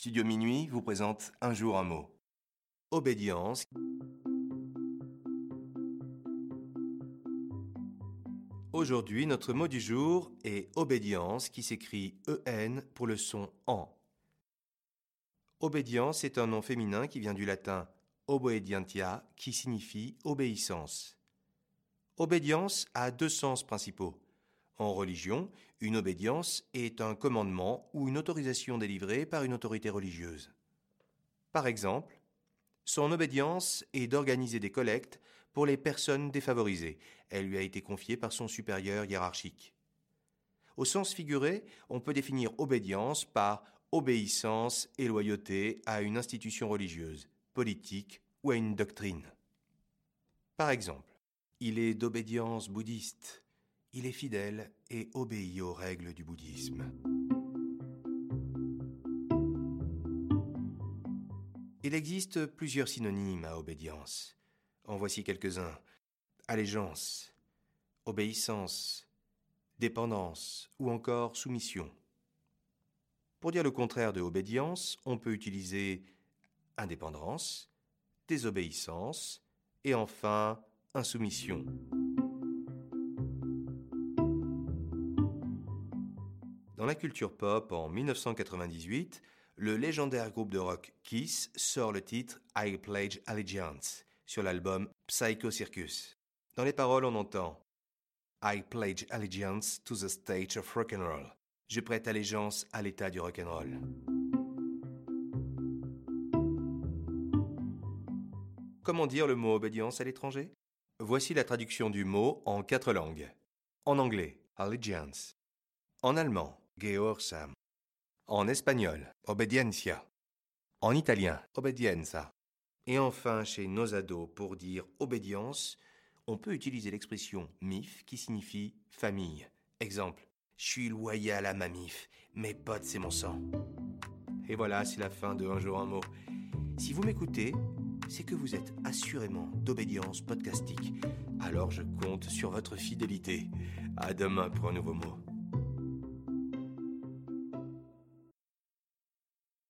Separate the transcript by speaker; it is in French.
Speaker 1: Studio Minuit vous présente Un jour un mot. Obédience. Aujourd'hui, notre mot du jour est obédience qui s'écrit EN pour le son AN. Obédience est un nom féminin qui vient du latin obedientia qui signifie obéissance. Obédience a deux sens principaux. En religion, une obédience est un commandement ou une autorisation délivrée par une autorité religieuse. Par exemple, son obédience est d'organiser des collectes pour les personnes défavorisées. Elle lui a été confiée par son supérieur hiérarchique. Au sens figuré, on peut définir obédience par obéissance et loyauté à une institution religieuse, politique ou à une doctrine. Par exemple, il est d'obédience bouddhiste. Il est fidèle et obéit aux règles du bouddhisme. Il existe plusieurs synonymes à obédience. En voici quelques-uns. Allégeance, obéissance, dépendance ou encore soumission. Pour dire le contraire de obédience, on peut utiliser indépendance, désobéissance et enfin insoumission. Dans la culture pop, en 1998, le légendaire groupe de rock Kiss sort le titre I Pledge Allegiance sur l'album Psycho Circus. Dans les paroles, on entend I pledge allegiance to the state of rock'n'roll. Je prête allégeance à l'état du rock'n'roll. Comment dire le mot obédience à l'étranger ? Voici la traduction du mot en 4 langues. En anglais, allegiance. En allemand, Gehorsam. En espagnol, obediencia. En italien, obbedienza. Et enfin, chez nos ados, pour dire obédience, on peut utiliser l'expression MIF qui signifie famille. Exemple, je suis loyal à ma MIF, mes potes c'est mon sang. Et voilà, c'est la fin de Un jour un mot. Si vous m'écoutez, c'est que vous êtes assurément d'obédience podcastique. Alors je compte sur votre fidélité. À demain pour un nouveau mot.